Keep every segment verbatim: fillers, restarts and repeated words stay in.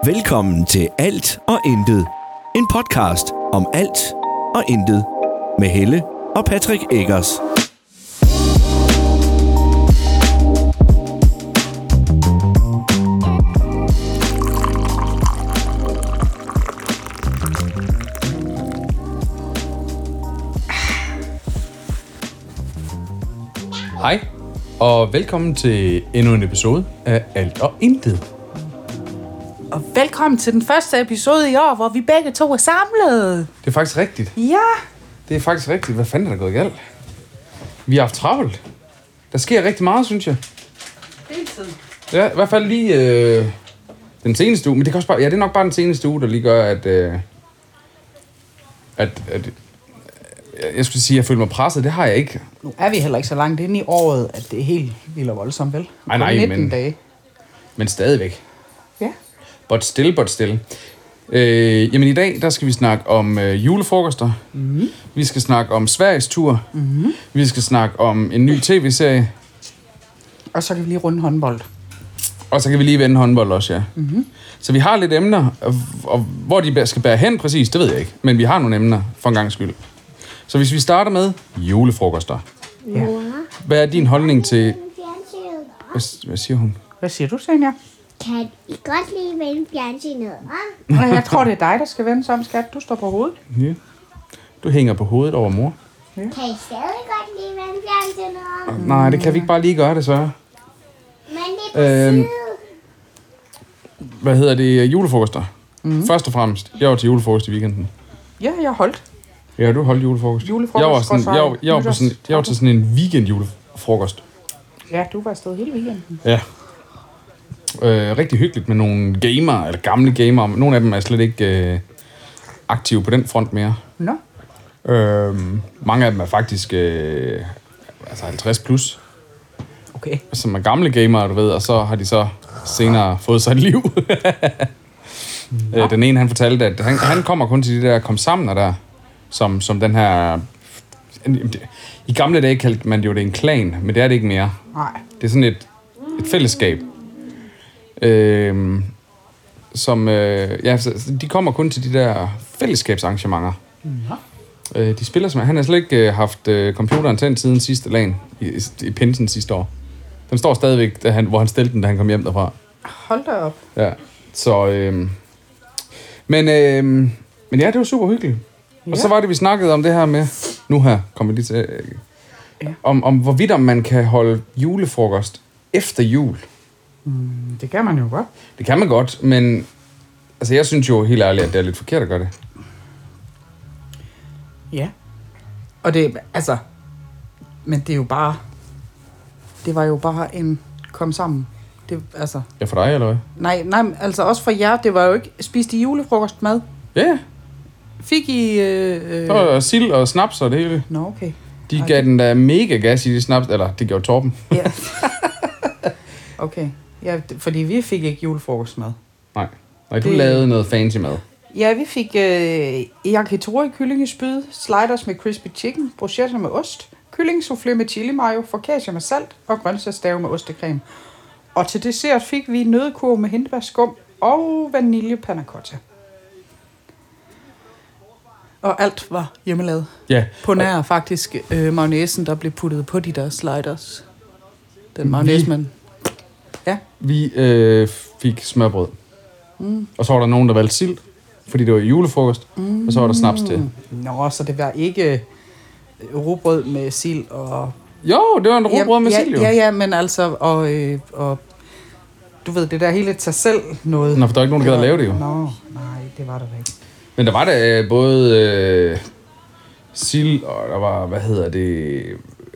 Velkommen til Alt og Intet. En podcast om alt og intet. Med Helle og Patrick Eggers. Hej, og velkommen til endnu en episode af Alt og Intet. Og velkommen til den første episode i år, hvor vi begge to er samlet. Det er faktisk rigtigt. Ja. Det er faktisk rigtigt. Hvad fanden er der gået galt? Vi har haft travlt. Der sker rigtig meget, synes jeg. Hele tiden. Ja, i hvert fald lige øh, den seneste uge. Men det kan også bare, ja, det er nok bare den seneste uge, der lige gør, at... Øh, at, at jeg skulle sige, at jeg føler mig presset. Det har jeg ikke. Nu er vi heller ikke så langt inde i året, at det er helt vildt og voldsomt, vel? Nej, nej, nitten men, dage. men stadigvæk. Ja. But still, but still. Øh, jamen i dag, der skal vi snakke om øh, julefrokoster. Mm-hmm. Vi skal snakke om Sveriges tur. Mm-hmm. Vi skal snakke om en ny tv-serie. Og så kan vi lige runde håndbold. Og så kan vi lige vende håndbold også, ja. Mm-hmm. Så vi har lidt emner, og, og hvor de skal bære hen præcis, det ved jeg ikke. Men vi har nogle emner, for en gang skyld. Så hvis vi starter med julefrokoster. Ja. Hvad er din holdning til... Hvad, hvad siger hun? Hvad siger du, Senja? Kan I godt lige vende fjernsynet om? Nej, jeg tror, det er dig, der skal vende som skat. Du står på hovedet. Ja. Du hænger på hovedet over mor. Ja. Kan I stadig godt lige vende fjernsynet om? Mm. Nej, det kan vi ikke bare lige gøre, det så. Men det er på Øhm, side. Hvad hedder det? Julefrokoster. Mm. Først og fremmest, jeg var til julefrokost i weekenden. Ja, jeg har holdt. Ja, du holdt julefrokost. Julefrokost, Jeg var, sådan, og så jeg, var, jeg, var på sådan, jeg var til sådan en weekend julefrokost. Ja, du var afsted hele weekenden. Ja. Øh, rigtig hyggeligt med nogle gamer, eller gamle gamer. Nogle af dem er slet ikke øh, aktive på den front mere. Nå. Øh, mange af dem er faktisk øh, altså halvtreds plus. Okay. Som er gamle gamere, du ved, og så har de så senere fået sig et liv. øh, den ene, han fortalte, at han, han kommer kun til de der kom sammen der, som, som den her... I gamle dage kaldte man det jo det en klan, men det er det ikke mere. Nej. Det er sådan et, et fællesskab. Øh, som, øh, ja, de kommer kun til de der fællesskabsarrangementer. Ja. Øh, de spiller som... Han har slet ikke øh, haft øh, computeren tændt siden sidste lagen i, i, i pinsen sidste år. Den står stadigvæk, da han, hvor han stillede den, da han kom hjem derfra. Hold da op. Ja, så... Øh, men, øh, men ja, det var super hyggeligt. Ja. Og så var det, vi snakkede om det her med... Nu her kommer vi lige til... Øh, ja. om, om hvorvidt om man kan holde julefrokost efter jul. Mm, det kan man jo godt. Det kan man godt, men... Altså, jeg synes jo helt ærligt, at det er lidt forkert at gøre det. Ja. Og det, altså... Men det er jo bare... Det var jo bare en kom sammen. Det, altså... Ja, for dig, eller hvad? Nej, nej, altså også for jer. Det var jo ikke... Spiste I julefrokostmad? Ja, ja. Fik I... Øh, øh... Der var sild og snaps og det hele. Nå, okay. De Ej, gav det... den der mega gas i de snaps, eller det gjorde Torben. Ja. Okay. Ja, fordi vi fik ikke julefrokostmad. Nej, Nej du Det- lavede noget fancy mad. Ja, vi fik øh, yakitori kyllingespyd, sliders med crispy chicken, bruschetta med ost, kyllingsoufflé med chili mayo, focaccia med salt og grøntsagsstave med ostecreme. Og til dessert fik vi nøddekurv med hindbærskum og vanilje panna cotta. Og alt var hjemmelavet. Ja, På nær faktisk øh, mayonnaisen, der blev puttet på de der sliders. Den mayonnaise, man... Ja. vi øh, fik smørbrød. Mm. Og så var der nogen, der valgte sild, fordi det var julefrokost. Mm. Og så var der snaps til. Nå, så det var ikke øh, rugbrød med sild og... Jo, det var en rugbrød med ja, sild, jo. Ja, ja, men altså, og, øh, og du ved, det der hele tag selv noget. Nå, for der er ikke nogen, der gad at lave det, jo. Nå, nej, det var der da ikke. Men der var der øh, både øh, sild, og der var, hvad hedder det... Øh,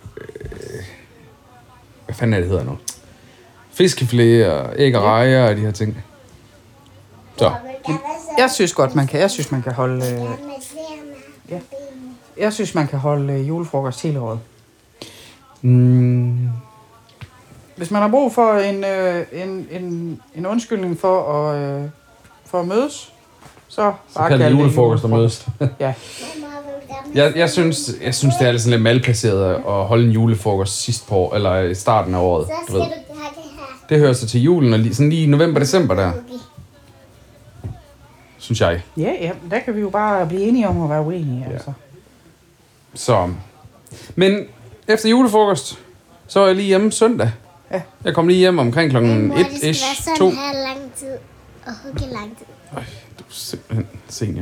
hvad fanden er det, hedder nu? Fiskefilé og æg og rejer og de her ting. Så. Jeg synes godt, man kan, jeg synes, man kan holde, øh, ja. jeg synes, man kan holde øh, julefrokost hele året. Mm. Hvis man har brug for en, øh, en, en, en undskyldning for at, øh, for at mødes, så bare Så kan det julefrokost og mødes. Ja. Jeg, jeg, synes, jeg synes, det er lidt sådan lidt malplaceret at holde en julefrokost sidst på år, eller i starten af året. Så Du skal ved. du have det her. Det hører sig til julen, og lige, sådan lige i november-december der. synes jeg. Ja, ja, der kan vi jo bare blive enige om at være uenige, Ja. altså. Så. Men efter julefrokost, så er jeg lige hjemme søndag. Ja. Jeg kom lige hjem omkring klokken Mor, et det skal ish, være sådan to. her lang tid. Og hugge lang tid. Øj, du er simpelthen senior.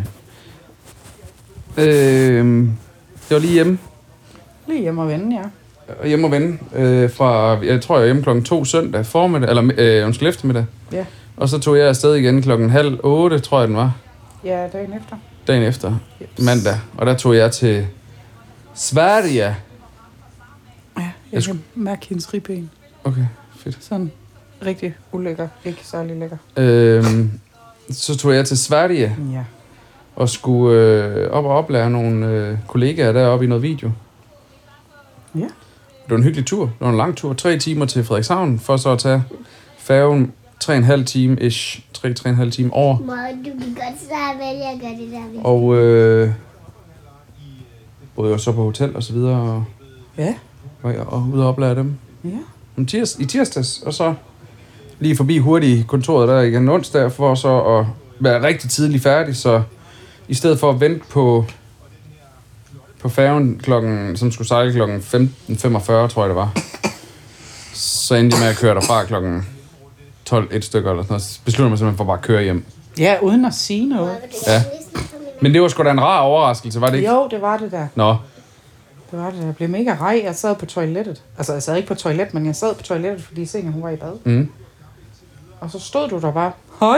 Øh, jeg var lige hjemme. Lige hjemme og vende, ja. Og hjemme og vende. Øh, fra, jeg tror, jeg er hjemme klokken to søndag formiddag, eller øh, undskyld eftermiddag. Ja. Og så tog jeg afsted igen klokken halv otte, tror jeg den var. Ja, dagen efter. Dagen efter. Jeps. Mandag. Og der tog jeg til Sverige. Ja, jeg, Jeg kan mærke hendes ribben. Okay, fedt. Sådan rigtig ulækker. Ikke særlig lækker. Øhm, så tog jeg til Sverige Ja. og skulle øh, op og oplære nogle øh, kollegaer deroppe i noget video. Ja. Det var en hyggelig tur. Det var en lang tur. Tre timer til Frederikshavn, for så at tage færgen tre og en halv time ish. Tre, tre og en halv time over. Mor, du kan godt så vælge at gøre det der. Og øh, boede jeg så på hotel og så videre, og, Ja. og, og ude og oplære dem. Ja. Om tirs, i tirsdags, og så lige forbi hurtigt kontoret der igen onsdag, for så at være rigtig tidligt færdig, så i stedet for at vente på på færgen klokken, som skulle sejle klokken femten femogfyrre, tror jeg det var, så endte jeg med at køre derfra klokken tolv et stykker eller sådan noget. Så besluttede mig simpelthen for bare at køre hjem. Ja, uden at sige noget. Ja. Men det var sgu da en rar overraskelse, var det ikke? Jo, det var det der. Nå, Det var det der. Jeg blev mega rej. Jeg sad på toilettet. Altså, jeg sad ikke på toilet, men jeg sad på toilettet, fordi sengen hun var i bad. mm. Og så stod du der bare. Hej.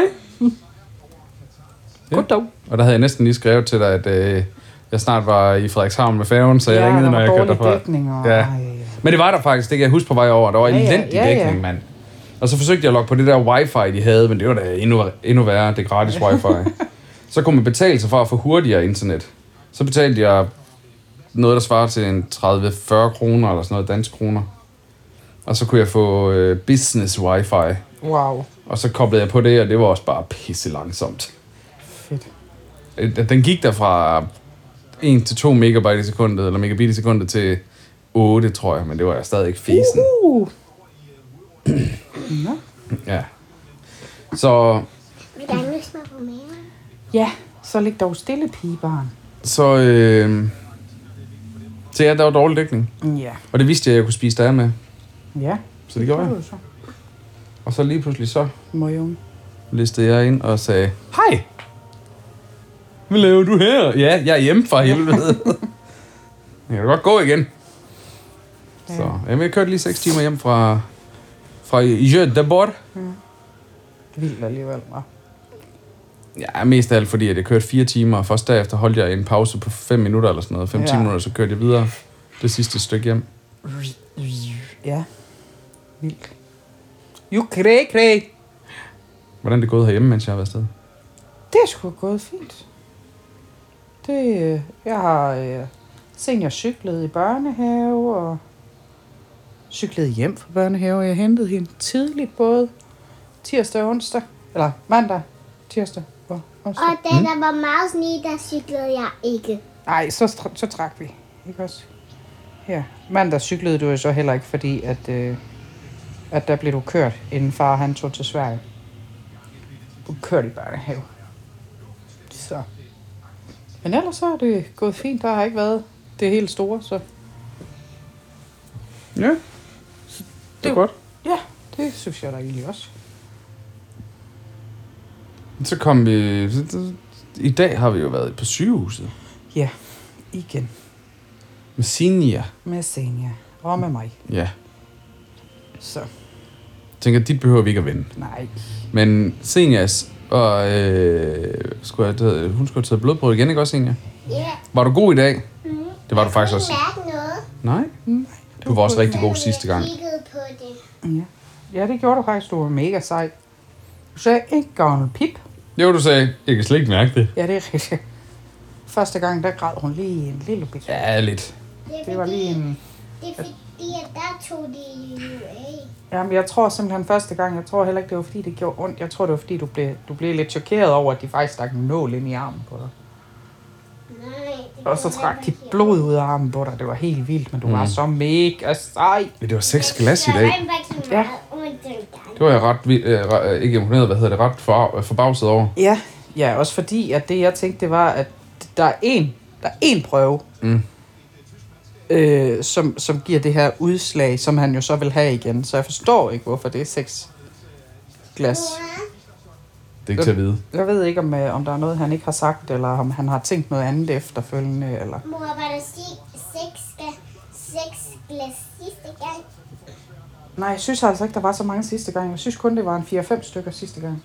Ja. Goddag. Og der havde jeg næsten lige skrevet til dig, at øh, jeg snart var i Frederikshavn med færgen, så jeg Ja, ringede, der når var jeg kørte dårlig derfra. dækning. Og, Ja. ej. Men det var der faktisk, det kan jeg huske på vej over. Der var Ja, ja, elendig ja, ja. dækning, mand. Og så forsøgte jeg at logge på det der wifi, de havde, men det var da endnu, endnu værre, det gratis wifi. Så kunne man betale sig for at få hurtigere internet. Så betalte jeg noget, der svarer til en tredive til fyrre kroner, eller sådan noget, dansk kroner. Og så kunne jeg få øh, business wifi. Wow. Og så koblede jeg på det, og det var også bare pisse langsomt. Fedt. Øh, Den gik der fra en til to megabyte i sekundet, eller megabit i sekundet, til otte, tror jeg, men det var jeg stadig ikke fesen. Uh. Nå. Ja. Så, Vil du gerne smage på maven? Ja, så lig dog stille, pigebarn. så, øh, så ja, der var dårlig dækning. Ja. Og det vidste jeg, at jeg kunne spise der med. Ja. Så det gjorde jeg. Så. Og så lige pludselig så Må jo. listede jeg ind og sagde, hej, hvad laver du her? Ja, jeg er hjemme fra helvede. Jeg kan godt gå igen. Ja. Så jamen, jeg kørte lige seks timer hjem fra, fra Göteborg. Vildt alligevel, hva'? Ja, mest af alt fordi, at jeg kørte fire timer, og først derefter holdt jeg en pause på fem minutter eller sådan noget. Fem, Ja. ti minutter, så kørte jeg videre det sidste stykke hjem. Ja. Vildt. You cray, cray. Hvordan er det gået herhjemme, mens jeg har været afsted? Det er sgu gået fint. Det, øh, jeg har øh, senior cyklet i børnehave, og cyklet hjem fra børnehave. Jeg hentede hende tidligt, både tirsdag og onsdag. Eller mandag, tirsdag og onsdag. Og da der var meget sne, der cyklede jeg ikke. Nej, så, str- så trak vi. Ikke også? Ja, mandag cyklede du jo så heller ikke, fordi at, øh, at der blev du kørt, inden far han tog til Sverige. Du kørte i børnehave. Så. Men ellers så er det gået fint. Der har ikke været det helt store, så Ja, det er godt. ja, det synes jeg da egentlig også. Så kom vi... I dag har vi jo været på sygehuset. Ja, igen. Med Sinja. Med Senja og med mig. Ja. Så Jeg tænker, dit behøver vi ikke at vende. nej. Men Senjas, og øh, skulle have, hun skulle have taget blodprøve igen, ikke også, Senja? Ja. Var du god i dag? Mm. Det var du faktisk Jeg også. kunne ikke mærke noget. Nej? Du var også rigtig god sidste gang. Jeg kiggede på det. Ja. Ja, det gjorde du faktisk. Du var mega sej. Du sagde ikke gammel pip. Jo, du sagde, jeg kan slet ikke mærke det. Ja, det er rigtigt. Første gang, der græd hun lige en lille bit. Ja, lidt. Det er Det var lige en... Det er fordi, at der tog de jo af. Jamen, jeg tror simpelthen første gang, jeg tror heller ikke, det var fordi, det gjorde ondt. Jeg tror, det var fordi, du blev, du blev lidt chokeret over, at de faktisk stak en nål ind i armen på dig. Nej, det Og så gjorde trak jeg de ikke. blod ud af armen på dig. Det var helt vildt, men du mm. var så mega sej. Men det var seks glas i Jeg dag. var faktisk Ja. meget ondt dengang. Det var jeg ret, vild- øh, re- øh, ikke imponeret, hvad hedder det, ret for, forbavset over. Ja, ja, også fordi, at det jeg tænkte, det var, at der er en, der er en prøve, Mm. øh, som, som giver det her udslag, som han jo så vil have igen. Så jeg forstår ikke, hvorfor det er seks glas. Det er ikke til at vide. Jeg ved ikke, om, øh, om der er noget, han ikke har sagt, eller om han har tænkt noget andet efterfølgende, eller... Mor, var der si- seks, ga- seks glas sidste gang? Nej, jeg synes altså ikke, der var så mange sidste gang. Jeg synes kun, det var en fire fem stykker sidste gang.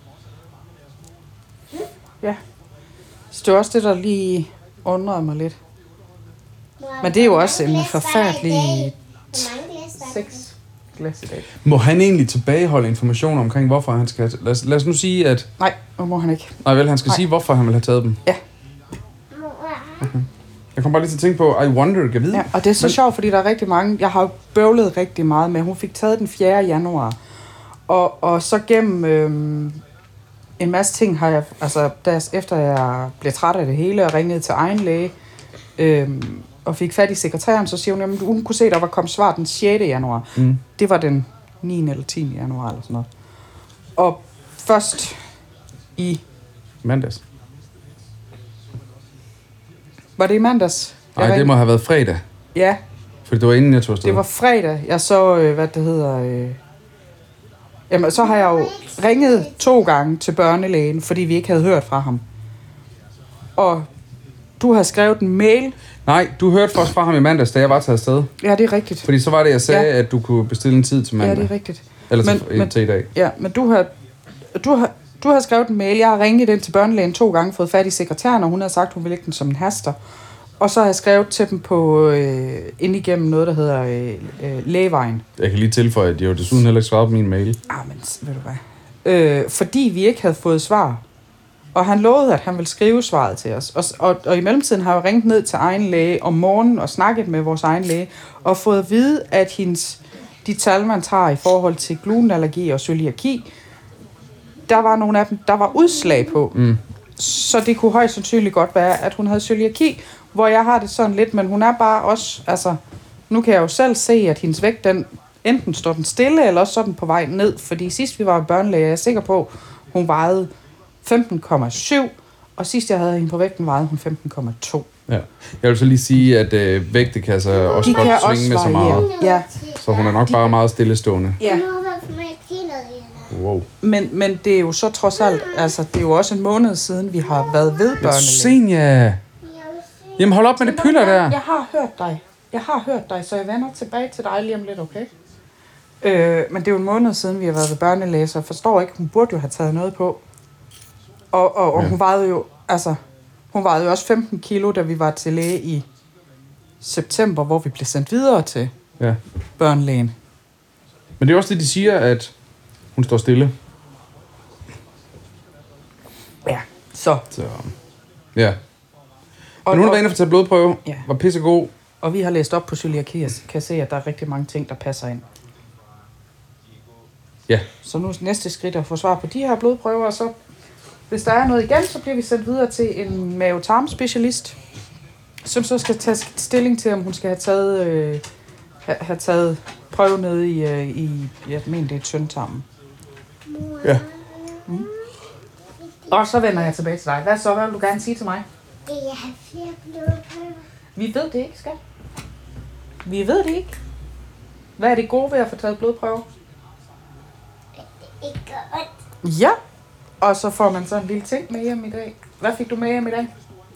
Ja. Så det var også det, der lige undrede mig lidt. Mor, Men det er jo hvor også mange en glas var der i forfærdelig dag? Hvor mange glas var der? seks glas i dag. Må han egentlig tilbageholde information omkring, hvorfor han skal... Lad os, lad os nu sige, at... Nej, det må han ikke. Nej vel, han skal Nej. sige, hvorfor han vil have taget dem. Ja. Mor, Jeg kommer bare lige til at tænke på, I wonder, kan vide. Ja, og det er så Men- sjovt, fordi der er rigtig mange... Jeg har jo bøvlet rigtig meget med. Hun fik taget den fjerde januar. Og, og så gennem øhm, en masse ting har jeg... Altså, der, efter jeg blev træt af det hele og ringede til egen læge, øhm, og fik fat i sekretæren, så siger hun, at hun kunne se, at der var kommet svar den sjette januar. Mm. Det var den niende eller tiende januar eller sådan noget. Og først i... Mandags. Var det i mandags? Jeg Nej, det ringede- må have været fredag. Ja, For det var inden jeg tog afsted. det var fredag. Jeg så, øh, hvad det hedder... Øh... Jamen, så har jeg jo ringet to gange til børnelægen, fordi vi ikke havde hørt fra ham. Og du har skrevet en mail. Nej, du hørte først fra ham i mandags, da jeg var taget afsted. Ja, det er rigtigt. Fordi så var det, jeg sagde, Ja. at du kunne bestille en tid til Ja, mandag. det er rigtigt. Eller til, Men- men- til i dag. Ja, men du har, du har, du har skrevet en mail. Jeg har ringet den til børnelægen to gange, fået fat i sekretæren, og hun har sagt, at hun vil lægge den som en haster. Og så har jeg skrevet til dem på øh, ind igennem noget, der hedder øh, øh, lægevejen. Jeg kan lige tilføje, at de jo desuden heller ikke svaret på min mail. Ah, men ved du hvad? Øh, fordi vi ikke havde fået svar. Og han lovede, at han ville skrive svaret til os. Og, og, og i mellemtiden har jeg ringet ned til egen læge om morgenen og snakket med vores egen læge. Og fået at vide, at hendes, de tal, man tager i forhold til glutenallergi og cøliaki, der var nogle af dem, der var udslag på. Mm. Så det kunne højst sandsynligt godt være, at hun havde cøliaki, hvor jeg har det sådan lidt, men hun er bare også, altså, nu kan jeg jo selv se, at hendes vægt, den enten står den stille, eller også så er den på vej ned, fordi sidst vi var i børnelæge, jeg er sikker på, hun vejede femten komma syv, og sidst jeg havde hende på vægten, vejede hun femten komma to. Ja. Jeg vil så lige sige, at øh, vægtekasser også De godt kan svinge også med så variere. meget. Ja. Så hun er nok bare meget stillestående. Ja, Mor, hvorfor må jeg ikke sige noget i hende? Wow. men, men det er jo så trods alt, altså, det er jo også en måned siden, vi har været ved børnelæge. Senja! Jeg vil sige, Jamen hold op med det pyller der. Jeg har hørt dig. Jeg har hørt dig, så jeg vender tilbage til dig lige om lidt, okay? Øh, men det er jo en måned siden, vi har været ved børnelæge, så jeg forstår ikke, hun burde jo have taget noget på. Og, og, og Ja. hun vejede jo, altså, hun vejede jo også femten kilo, da vi var til læge i september, hvor vi blev sendt videre til Ja. børnelægen. Men det er også det, de siger, at hun står stille. Ja, så. Så ja. Og, Men hun har og, været inde for at tage blodprøve. Ja. Var pissegod. og vi har læst op på cøliaki, og kan se, at der er rigtig mange ting, der passer ind. Ja. Så nu er næste skridt at få svar på de her blodprøver, og så hvis der er noget igen, så bliver vi sendt videre til en mave-tarm-specialist, som så skal tage stilling til, om hun skal have taget, øh, have, have taget prøve nede i, øh, i jeg mener, det er tyndtarmen. Ja. Og så vender jeg tilbage til dig. Hvad så? Hvad vil du gerne sige til mig? vil jeg have flere blodprøver? Vi ved det ikke, skat. Vi ved det ikke. Hvad er det gode ved at få taget blodprøver? Det ikke gør ondt. Ja. Og så får man så en lille ting med hjem i dag. Hvad fik du med hjem i dag?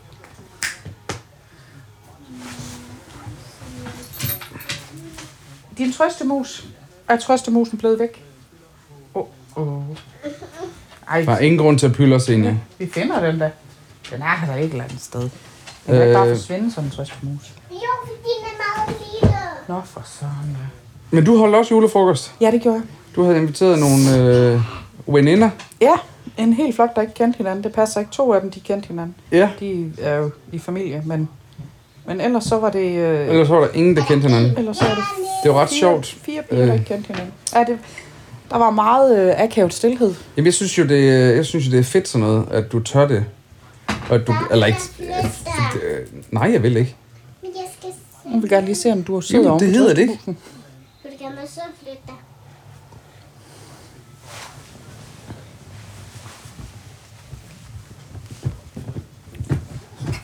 Din trøstemus. Er trøstemusen blevet væk? Åh, oh, oh. Ej, Der er ingen grund til at pylde os ind. vi finder den da. Den er her et eller andet sted. Den kan øh... ikke bare Øh. forsvinde som en trøstemus. Jo, fordi den er meget lille. Nå, for søren da. Men du holdt også julefrokost. Ja, det gjorde jeg. Du havde inviteret nogle øh, veninder. Ja, en hel flok, der ikke kendte hinanden. Det passer ikke. To af dem, de kendte hinanden. Ja. De er jo i familie, men, men ellers så var det... Øh, Ellers var der ingen, der kendte hinanden. ellers så var det Det var ret fire, sjovt. Fire piger, der Øh. ikke kendte hinanden. Ja, det, der var meget øh, akavet stillhed. Jamen, jeg synes jo, det, jeg synes jo, det er fedt sådan noget, at du tør det. Og at du, eller ikke... Øh, nej, jeg vil ikke. Men jeg skal se. Jeg vil gerne lige se, om du sidder Jo, oven det på hedder det ikke. trøstemusen. Du kan man så flytte dig.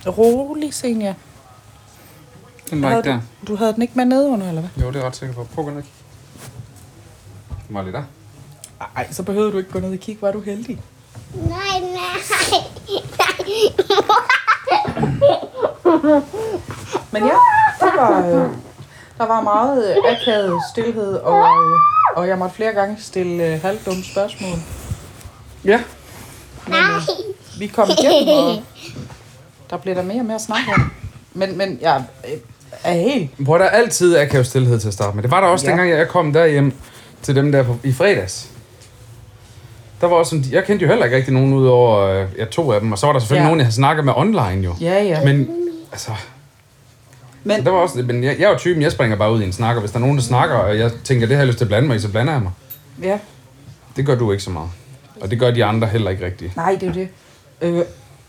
Rolig, Senja. Den var ikke der. Du havde den ikke med nede under, eller hvad? Jo, det er jeg ret sikker på. Prøv at gå ned og kigge. Den var lige der. Ej, så behøvede du ikke gå ned og kigge. Var du heldig? Nej, nej. Men ja, der var, øh, der var meget øh, akavet stillhed, og, øh, og jeg måtte flere gange stille øh, halvdumme spørgsmål. Ja. Men øh, vi kom igennem, og der blev der mere og mere snak om. Men, men jeg øh, er helt... Hvor der altid er akavet stillhed til at starte med. Det var der også, Ja. dengang jeg kom derhjem til dem der på, i fredags. Der var også sådan, jeg kendte jo heller ikke rigtig nogen ud over øh, ja, to af dem, og så var der selvfølgelig Ja. nogen, jeg havde snakket med online jo. Ja, ja. Men altså, Men, så der var også, men jeg, jeg er jo typen, jeg springer bare ud i en snak, og hvis der er nogen, der snakker, og jeg tænker, det har jeg lyst til at blande mig i, så blander jeg mig. ja. Det gør du ikke så meget. Og det gør de andre heller ikke rigtigt. Nej, det er jo det. Øh.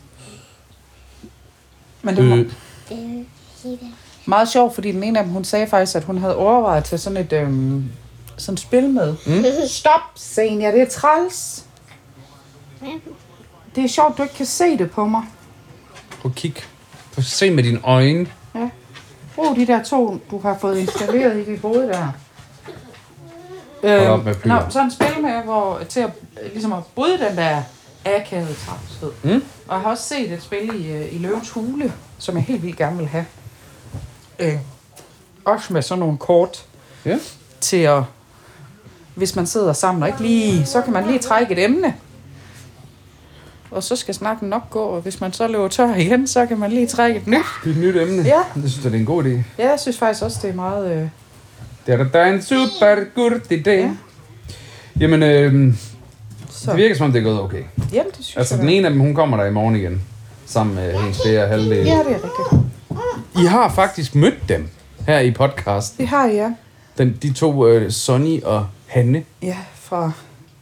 Men det var Øh, meget sjovt, fordi den ene af dem, hun sagde faktisk, at hun havde overvejet at tage sådan et øhm, sådan et spil med. Mm. Stop, Senja, det er træls. Det er sjovt, du ikke kan se det på mig. prøv at kigge. Prøv at se med dine øjne. Ja. Brug de der to, du har fået installeret i dit hoved der. Hold op med piller. Nå, sådan et spil med, hvor, til at, ligesom at bryde den der akavede træshed. Mm. Og jeg har også set et spil i, øh, i Løvens Hule, som jeg helt vildt gerne vil have. Øh, også med sådan nogle kort Ja. til at, hvis man sidder sammen og ikke lige, så kan man lige trække et emne. Og så skal snakken nok gå, og hvis man så løber tør igen, så kan man lige trække et nyt. Det er et nyt emne. Ja. Det synes jeg, det er en god idé. Ja, jeg synes faktisk også, det er meget... Øh, Det er da en super god idé. Ja. Ja. Jamen, øh, så. det virker som om, det er gået okay. Jamen, det synes Altså, jeg den da. ene af dem, hun kommer der i morgen igen. Sammen med hendes fjerde halvdel. Ja, det er rigtigt. I har faktisk mødt dem her i podcast. Det har jeg. Den, de to, øh, Sonny og Hanne. Ja, fra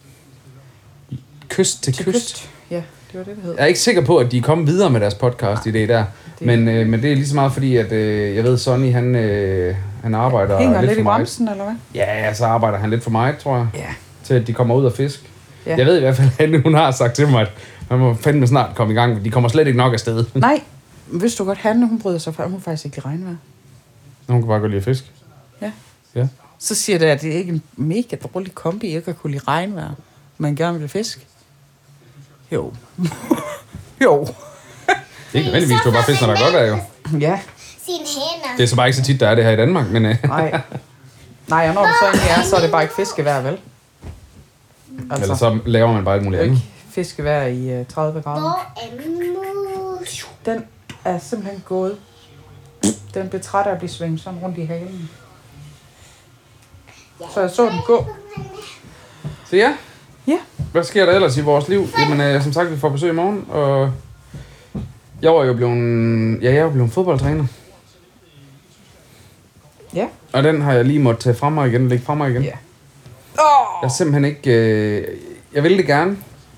Kyst til, til kyst. kyst. Ja, det var det, det hed. Jeg er ikke sikker på, at de er kommet videre med deres podcast i det der. Det- Men, øh, men det er lige så meget fordi, at øh, jeg ved, Sonny, han, øh, han arbejder Hænger lidt lidt for i meget. bremsen, eller hvad? Ja, så arbejder han lidt for meget, tror jeg. Ja. Til at de kommer ud og fisk. Ja. Jeg ved i hvert fald, at Hanne, hun har sagt til mig, at man må fandme snart komme i gang. De kommer slet ikke nok afsted. Nej, hvis du godt, Hanne, hun bryder sig fra, hun faktisk ikke i regnvejr. Hun kan bare gå lide at fisk. Ja. Ja. Så siger det, at det er ikke en mega dårlig kombi, ikke at kunne lide regnvejr, men gerne vil fisk. Jo. jo. Det er ikke nødvendigvis, du bare fisk, når der er godt af, jo. Ja, Sine hænder. Det er så bare ikke så tit, der er det her i Danmark, men... Øh, nej. Nej, og når det så egentlig er, så er det bare ikke fiskevejr, vel? altså. Eller så laver man bare alt muligt ikke andet. fiskevejr i uh, tredive grader. Hvor er mus? Den er simpelthen gået. Den blev træt af at blive svinget sådan rundt i halen. Så jeg så den gå. Så ja, Ja. hvad sker der ellers i vores liv? Jamen, øh, som sagt, vi får besøg i morgen, og... Jeg var jo blevet... Ja, jeg var blevet fodboldtræner. Ja. Og den har jeg lige måttet tage fra mig igen, lægge fra mig igen. Ja. Jeg er simpelthen ikke... Øh, jeg vil det gerne.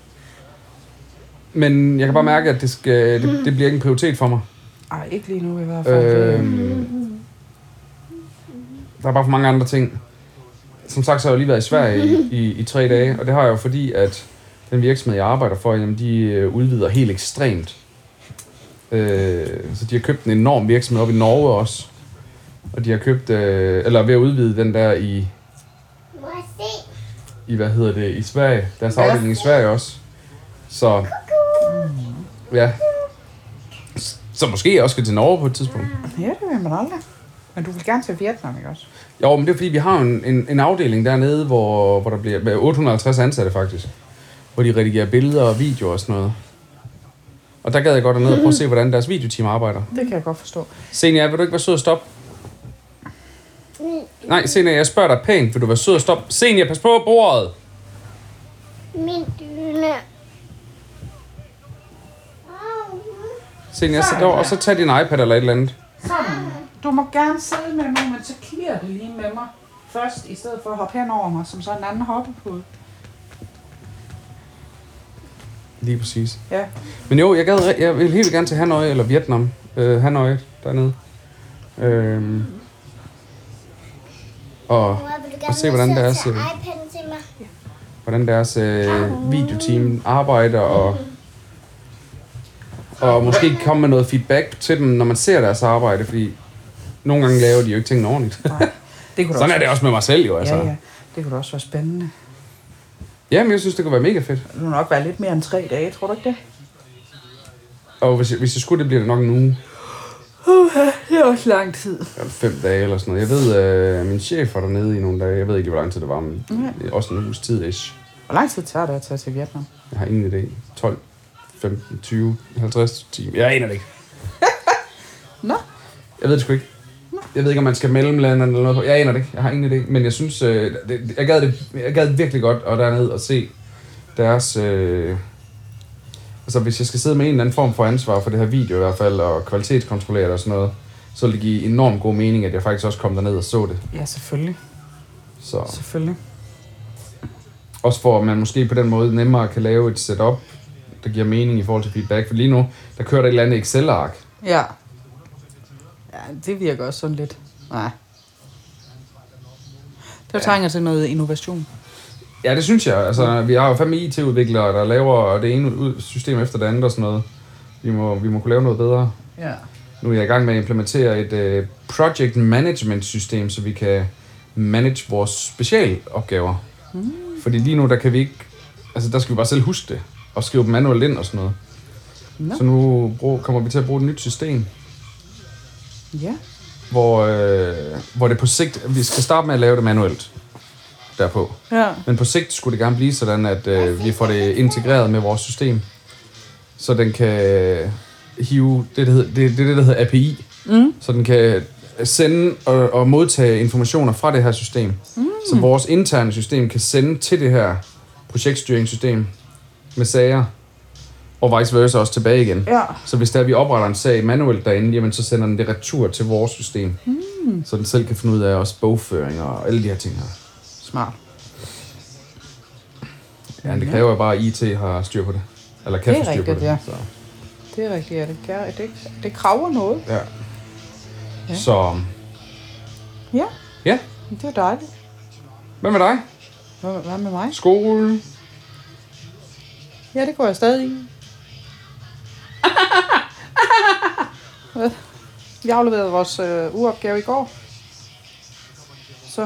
Men jeg kan bare mærke, at det, skal, det, det bliver ikke en prioritet for mig. Ej, ikke lige nu i hvert fald. Øh, Øh, der er bare for mange andre ting. Som sagt, så har jeg jo lige været i Sverige i, i, i tre dage, og det har jeg jo fordi, at den virksomhed, jeg arbejder for, jamen, de øh, udvider helt ekstremt. Øh, så de har købt en enorm virksomhed op i Norge også. Og de har købt, øh, eller er ved at udvide den der i, Må jeg se? i hvad hedder det, i Sverige. Deres Ja. afdeling i Sverige også. Så, ja. Så måske jeg også skal til Norge på et tidspunkt. ja, det vil man aldrig. Men du vil gerne til Vietnam, ikke også? Jo, men det er fordi, vi har jo en, en, en afdeling dernede, hvor, hvor der bliver med otte hundrede og halvtreds ansatte faktisk. Hvor de redigerer billeder og videoer og sådan noget. Og der gad jeg godt derned og prøve at se, hvordan deres videoteam arbejder. Det kan jeg godt forstå. Senja, vil du ikke være sød og stoppe? Nej, Senja, jeg spørger dig pænt. Vil du være sød og stoppe? Senja, pas på bordet! Min dyne. Senja, sæt over, og så tag din iPad eller et eller andet. Sådan. Du må gerne sidde med mig, men så clear det lige med mig først, i stedet for at hoppe hen over mig, som sådan en anden hoppepude. Lige præcis. Ja. Men jo, jeg, gad, jeg vil helt gerne til Hanoi eller Vietnam. Øh, Hanoi, dernede. Øhm. Og, Mor, vil du og se, gerne hvordan være deres, sød og øh, tage iPad'en til mig? hvordan deres øh, videoteam arbejder, og, Og måske komme med noget feedback til dem, når man ser deres arbejde, fordi nogle gange laver de jo ikke tingene ordentligt. Nej, det kunne Sådan er det også med mig selv jo, altså. Ja, ja. Det kunne da også være spændende. Jamen, jeg synes, det kunne være mega fedt. Det kunne nok være lidt mere end tre dage, tror du ikke det? Og hvis jeg, hvis jeg skulle, det bliver det nok en uge. Uh, det er også lang tid. Eller fem dage eller sådan noget. Jeg ved, øh, min chef var dernede i nogle dage. Jeg ved ikke, hvor lang tid det var, men det er også en uges tid ish. Hvor lang tid tager det at tage til Vietnam? Jeg har ingen idé. tolv, femten, tyve, halvtreds timer. Jeg aner det ikke. Nå. Jeg ved det sgu ikke. Jeg ved ikke, om man skal mellemlande eller noget på. Jeg aner det ikke. Jeg har ingen idé. Men jeg synes, øh, det, jeg, gad det, jeg gad virkelig godt at dernede og se deres... Øh, altså, hvis jeg skal sidde med en eller anden form for ansvar for det her video i hvert fald, og kvalitetskontrollere det og sådan noget, så vil det give enormt god mening, at jeg faktisk også kom derned og så det. Ja, selvfølgelig. Så. Selvfølgelig. Også for, at man måske på den måde nemmere kan lave et setup, der giver mening i forhold til feedback. For lige nu, der kører der et eller andet Excel-ark. Ja. Ja, det virker også sådan lidt. Nej. Det trænger til noget innovation. Ja, det synes jeg. Altså, vi har jo fandme I T-udviklere, der laver det ene system efter det andet og sådan noget. Vi må, vi må kunne lave noget bedre. Ja. Nu er jeg i gang med at implementere et uh, project management system, så vi kan manage vores specialopgaver. Mm. Fordi lige nu, der kan vi ikke... Altså, der skal vi bare selv huske det. Og skrive dem manuelt ind og sådan noget. No. Så nu brug, kommer vi til at bruge et nyt system. Ja. Hvor, øh, hvor det på sigt... Vi skal starte med at lave det manuelt. Derpå. Ja. Men på sigt skulle det gerne blive sådan, at øh, vi får det integreret med vores system. Så den kan hive... Det, det, det, det, det der hedder A P I. Mm. Så den kan sende og, og modtage informationer fra det her system. Mm. Så vores interne system kan sende til det her projektstyringssystem med sager, og vice versa også tilbage igen. Ja. Så hvis der vi opretter en sag manuelt derinde, jamen så sender den det retur til vores system. Mm. Så den selv kan finde ud af også bogføring og alle de her ting her. Smart. Ja, men det kræver jo bare, at I T har styr på det. Eller kan få styr rigtigt, på det. Ja. Så. Det er rigtigt, ja. Det, gør, det, det kraver noget. Ja. Ja. Så... Ja. Ja. Det er dejligt. Hvad med dig? Hvad, hvad med mig? Skole? Ja, det går jeg stadig i. Vi afleverede vores øh, ugeopgave i går. Så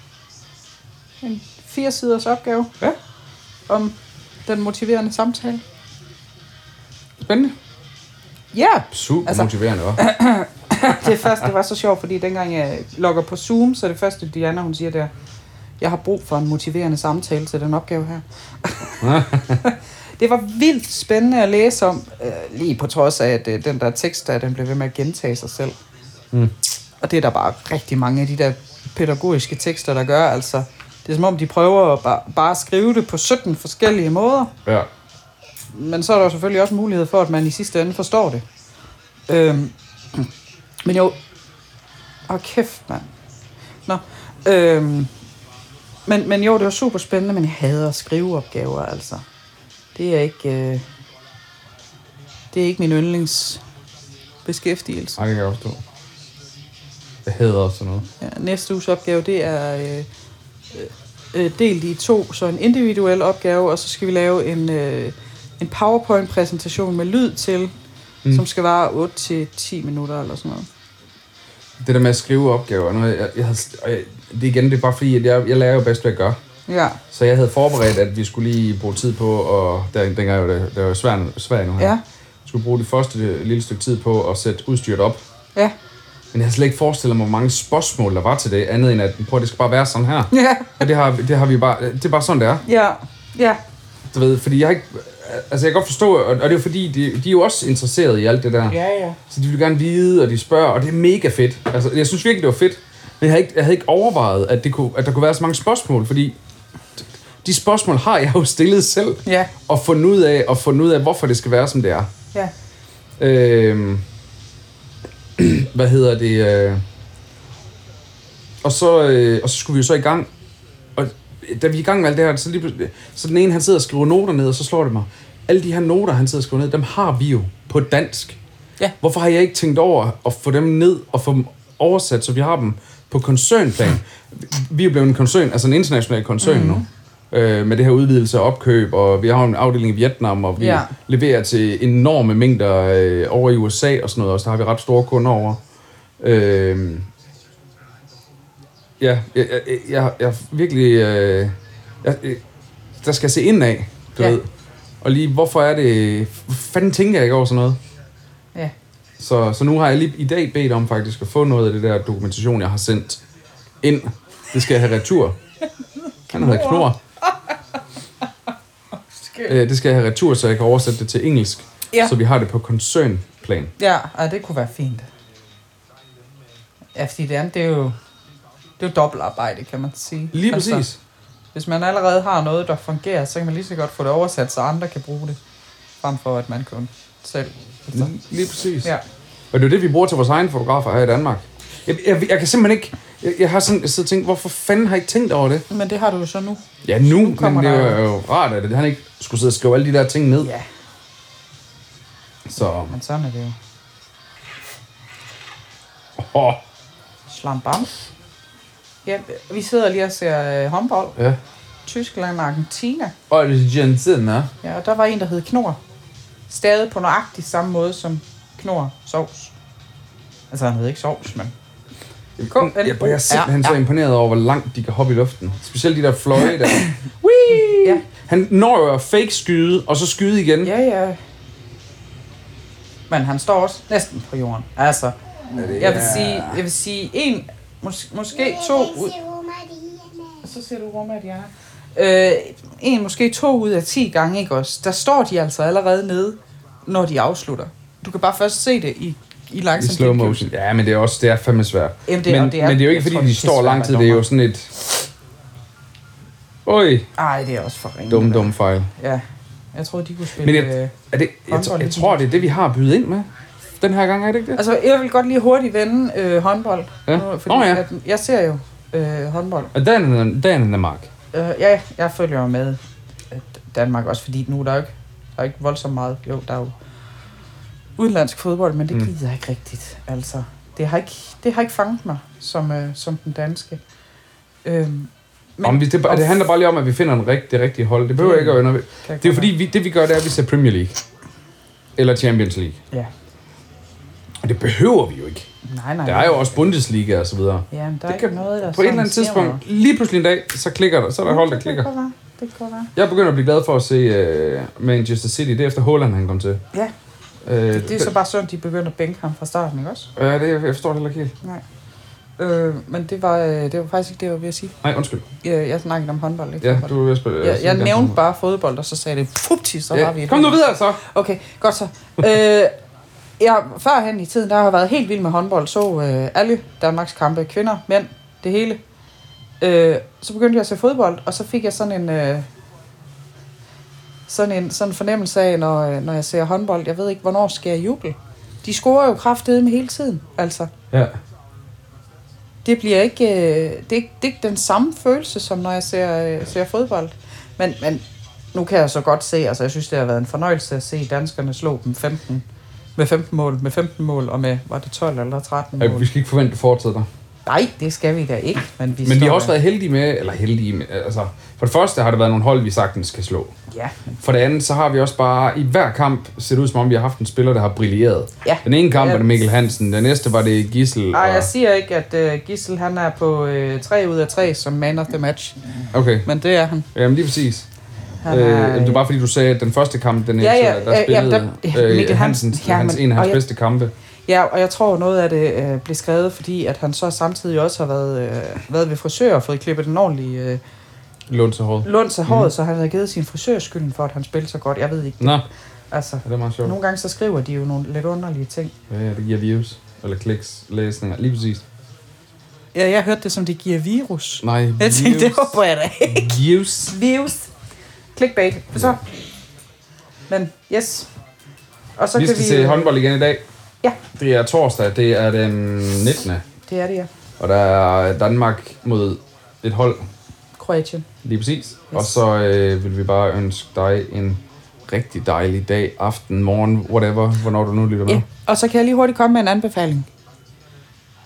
en fire siders opgave. Ja. Om den motiverende samtale. Spændende. Ja. Super Altså- motiverende, hva'? Det første, det var så sjovt, fordi dengang jeg logger på Zoom, så det første, Diana, hun siger der, jeg har brug for en motiverende samtale til den opgave her. Det var vildt spændende at læse om, øh, lige på trods af, at øh, den der tekst der, den blev ved med at gentage sig selv. Mm. Og det er der bare rigtig mange af de der pædagogiske tekster, der gør, altså. Det er som om, de prøver at bare, bare skrive det på sytten forskellige måder. Ja. Men så er der jo selvfølgelig også mulighed for, at man i sidste ende forstår det. Øhm, men jo... Åh, kæft, mand. Nå. Øhm, men, men jo, det var super spændende, men jeg hader skriveopgaver, altså. Det er ikke... Øh, det er ikke min yndlingsbeskæftigelse. Nej, det kan jeg forstå. Jeg hader også sådan noget. Ja, næste uges opgave, det er øh, øh, delt i to, så en individuel opgave, og så skal vi lave en, øh, en PowerPoint-præsentation med lyd til, mm. som skal vare otte til ti minutter eller sådan noget. Det der med at skrive opgaver, nu, jeg, jeg havde, og jeg, det igen, det er bare fordi, at jeg, jeg lærer jo bedst, hvad jeg gør. Ja. Så jeg havde forberedt, at vi skulle lige bruge tid på, og der, dengang jo det, det var svært, svært nu her. Ja. Vi skulle bruge det første lille stykke tid på at sætte udstyret op. Ja. Men jeg havde slet ikke forestillet mig, hvor mange spørgsmål der var til det, andet end at, prøv, det skal bare være sådan her. Ja. Og det har, det har vi bare, det er bare sådan, det er. Ja. Ja. Du ved, fordi jeg ikke, altså jeg kan godt forstå, og det er jo fordi, de, de er jo også interesserede i alt det der. Ja, ja. Så de vil gerne vide, og de spørger, og det er mega fedt. Altså, jeg synes virkelig, det var fedt. Men jeg havde ikke, jeg havde ikke overvejet, at, det kunne, at der kunne være så mange spørgsmål, fordi de spørgsmål har jeg jo stillet selv. Ja. Og fundet ud af, og fundet ud af, hvorfor det skal være, som det er. Ja. Øhm, hvad hedder det? Øh, og, så, øh, og så skulle vi jo så i gang. Og da vi er i gang med alt det her, så, lige, så den ene, han sidder og skriver noter ned, og så slår det mig. Alle de her noter, han sidder og skriver ned, dem har vi jo på dansk. Ja. Hvorfor har jeg ikke tænkt over at få dem ned og få dem oversat, så vi har dem på koncernplan? Vi er jo blevet en koncern, altså en international koncern mm-hmm. nu. øh, med det her udvidelse og opkøb, og vi har en afdeling i Vietnam, og vi Ja. leverer til enorme mængder øh, over i U S A og sådan noget også. Der har vi ret store kunder over. Øh, ja, jeg, jeg, jeg, jeg virkelig... Øh, jeg, der skal jeg se ind af, du Ja. ved. Og lige, hvorfor er det... Hvor fanden tænker jeg ikke over sådan noget? Ja. Så, så nu har jeg lige i dag bedt om faktisk at få noget af det der dokumentation, jeg har sendt ind. Det skal jeg have retur. Han hedder Knor. Øh, det skal jeg have retur, så jeg kan oversætte det til engelsk. Ja. Så vi har det på concernplan. Ja, ej, det kunne være fint. Ja, fordi det andet, det er jo, det er jo dobbeltarbejde, kan man sige. Lige præcis. Altså, hvis man allerede har noget, der fungerer, så kan man lige så godt få det oversat, så andre kan bruge det. Frem for, at man kun selv. Altså. Lige præcis. Ja. Og det er jo det, vi bruger til vores egne fotografer her i Danmark. Jeg, jeg, jeg kan simpelthen ikke... Jeg, jeg har sådan jeg siddet og tænkt, hvorfor fanden har jeg ikke tænkt over det? Men det har du jo så nu. Ja, nu, Nu kommer men det der er jo rart, at han ikke skulle sidde og skrive alle de der ting ned. Ja, Så... men sådan er det jo. Åh, Slam bam. Ja, vi sidder lige og ser øh, håndbold. ja. Tyskland og Argentina. Og Argentina, ja. Ja, og der var en, der hed Knor. Stadig på nøjagtig samme måde som Knor sovs. Altså, han hed ikke sovs, men... Jeg, jeg, jeg er simpelthen Ja, så ja. imponeret over, hvor langt de kan hoppe i luften. Specielt de der fløje der. Whee! Ja. Han når jo at fake skyde, og så skyde igen. Ja, ja. Men han står også næsten på jorden. Altså, jeg vil sige, jeg vil sige en, mås- måske to ud... Så ser du rummet, ja. Øh, en, måske to ud af ti gange, ikke også? Der står de altså allerede nede, når de afslutter. Du kan bare først se det i, i I langsom slow gengivelse. motion. Ja, men det er også det er fandme svært. Jamen, det er- men, og det er- men det er jo ikke, jeg fordi tror, de det er står lang tid. svært at Det er jo dommer. sådan et... Øj, Ej, det er også for ringe. dum, det der. dum fejl. Ja, jeg troede, de kunne spille... Men jeg, øh, er det, jeg, jeg, håndbold jeg i tror, det er det, vi har at byde ind med. Den her gang, er det ikke det? Altså, jeg vil godt lige hurtigt vende øh, håndbold. Ja. Nu, fordi Nå ja. at, jeg ser jo øh, håndbold. Og Dan, Dan er Mark. Øh, ja, jeg følger jo med at Danmark også, fordi nu er der jo ikke, der er ikke voldsomt meget. Jo, der er jo udenlandsk fodbold, men det Mm. gider jeg ikke rigtigt. Altså, det har ikke, det har ikke fanget mig som, øh, som den danske. Øhm, Men, om vi, det, det handler bare lige om, at vi finder en rigt, det rigtige hold. Det behøver Det- ikke at ende. Det er jo fordi, vi, det vi gør, det er, at vi ser Premier League. Eller Champions League. Ja. Og det behøver vi jo ikke. Nej, nej. Der er jo også Bundesliga og så videre. Ja, men der er Det ikke kan- noget, der På et eller andet tidspunkt, lige pludselig en dag, så klikker der. Så er der hold, der klikker. Det kan være. Det kan være. Jeg begynder at blive glad for at se uh, Manchester City. Det er efter Haaland, han kom til. Ja, Uh, det er så bare sådan, de begynder at bænke ham fra starten, ikke også? Ja, det, jeg forstår det heller ikke helt. Nej. Øh, men det var, øh, det var faktisk ikke det, jeg var ved at sige. Nej, undskyld. Jeg, jeg snakkede om håndbold, ikke? Ja, Fodbold. du er ved at spille. Jeg, jeg nævnte bare fodbold, og så sagde det, fupti, så var vi... Ja, et kom nu hold. videre så. Okay, godt så. øh, jeg, førhen i tiden, der har jeg været helt vild med håndbold. Så øh, alle Danmarks kampe, kvinder, mænd, det hele. Øh, så begyndte jeg at se fodbold, og så fik jeg sådan en... Øh, sådan en sådan en fornemmelse af, når, øh, når jeg ser håndbold. Jeg ved ikke, hvornår skal jeg juble. De scorer jo kraftedeme hele tiden, altså. Ja. Det bliver ikke, øh, det, er, ikke- det er ikke den samme følelse, som når jeg ser, øh, ser fodbold. Men, men nu kan jeg så godt se, altså jeg synes, det har været en fornøjelse at se danskerne slå dem femten, med femten mål, med femten mål, og med, var det tolv eller tretten Ja, mål? vi skal ikke forvente, at fortsætter. Nej, det skal vi da ikke. Men vi, Men vi står har også der- været heldige med, eller heldige med, altså, for det første har det været nogle hold, vi sagtens skal slå. Ja, For det andet, så har vi også bare, i hver kamp, ser det ud som om, vi har haft en spiller, der har brilleret. ja. Den ene kamp Ja. var det Mikkel Hansen, den næste var det Gissel. Ej, Og... jeg siger ikke, at uh, Gissel han er på uh, tre ud af tre som man of the match. Okay, Men det er han. jamen lige præcis. han Øh, jamen, det var bare fordi, du sagde, at den første kamp, den Ja, ikke, ja, der ja, spillede der- øh, Mikkel Hansen, Hansen, ja, hans, men- en af hans og jeg- bedste kampe. Ja, og jeg tror, noget af det øh, blev skrevet, fordi at han så samtidig også har været, øh, været ved frisør og fået klippet en ordentlig øh, Lund til hårdt. lunds af håret, mm. så han havde givet sin frisør skylden for, at han spillede så godt. Jeg ved ikke. Nå, Altså, ja, det er meget sjovt. nogle gange så skriver de jo nogle lidt underlige ting. Ja, ja, det giver views. Eller kliks, læsninger. Lige præcis. Ja, jeg hørte det som, det giver virus. Nej, Jeg tænkte, det håber jeg da ikke. Views. Virus. Clickbait. Så. Men, yes. Og så Vi kan skal vi... se håndbold igen i dag. Ja. Det er torsdag, det er den nittende Det er det, ja. Og der er Danmark mod et hold, Kroatien. lige præcis. Og så øh, vil vi bare ønske dig en rigtig dejlig dag, aften, morgen, whatever, hvornår du nu lytter med. Ja. Og så kan jeg lige hurtigt komme med en anbefaling.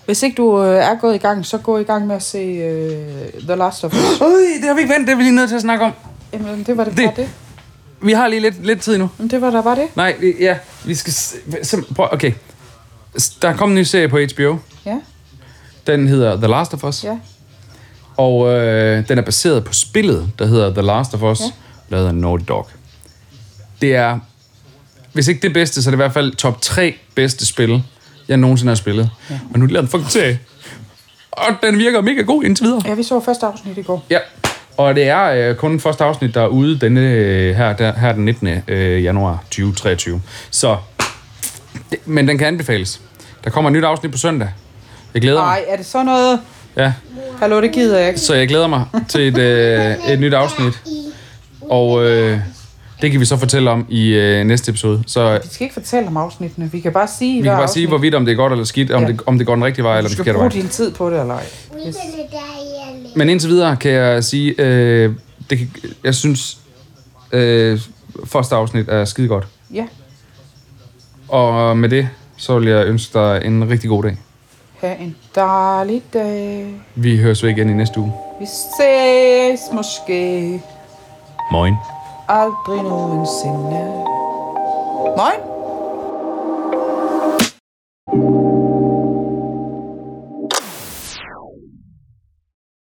Hvis ikke du øh, er gået i gang, så gå i gang med at se øh, The Last of Us. Øj, det har vi ikke vendt, det er vi lige nødt til at snakke om. Jamen, det var det, Det- bare det. Vi har lige lidt, lidt tid nu. Men det var da bare det. Nej, vi- ja, vi skal... s- sim- prøv, okay. S- Der er kommet en ny serie på H B O. Ja, Den hedder The Last of Us. ja. Og øh, den er baseret på spillet, der hedder The Last of Us, Ja. ja. lavet af Naughty Dog. Det er, hvis ikke det bedste, så er det i hvert fald top tre bedste spil, jeg nogensinde har spillet. Ja. Og nu er det lavet en fucking serie. Og den virker mega god indtil videre. Ja, vi så første afsnit i går. Ja, og det er øh, kun første afsnit, der er ude denne, øh, her, der, her den nittende Øh, januar tyve treogtyve. Så, det, men den kan anbefales. Der kommer et nyt afsnit på søndag. Jeg glæder mig. Nej, er det så noget? Ja, Hallo, det gider jeg ikke. så jeg glæder mig til et, øh, et nyt afsnit. Og øh, det kan vi så fortælle om i øh, næste episode. Så Vi skal ikke fortælle om afsnittene. Vi kan bare sige, vi hvad kan bare afsnit. sige, hvorvidt om det er godt eller skidt, om, Ja. det, om det går den rigtige vej eller Du den skal forkerte bruge vej. din tid på det, eller ej. Yes. Men indtil videre kan jeg sige, øh, det kan, jeg synes, øh, første afsnit er skide godt. Ja, Og med det, så vil jeg ønske dig en rigtig god dag. ha' en dejlig dag. Vi høres ved igen i næste uge. Vi ses måske Moin. aldrig nogensinde. Moin.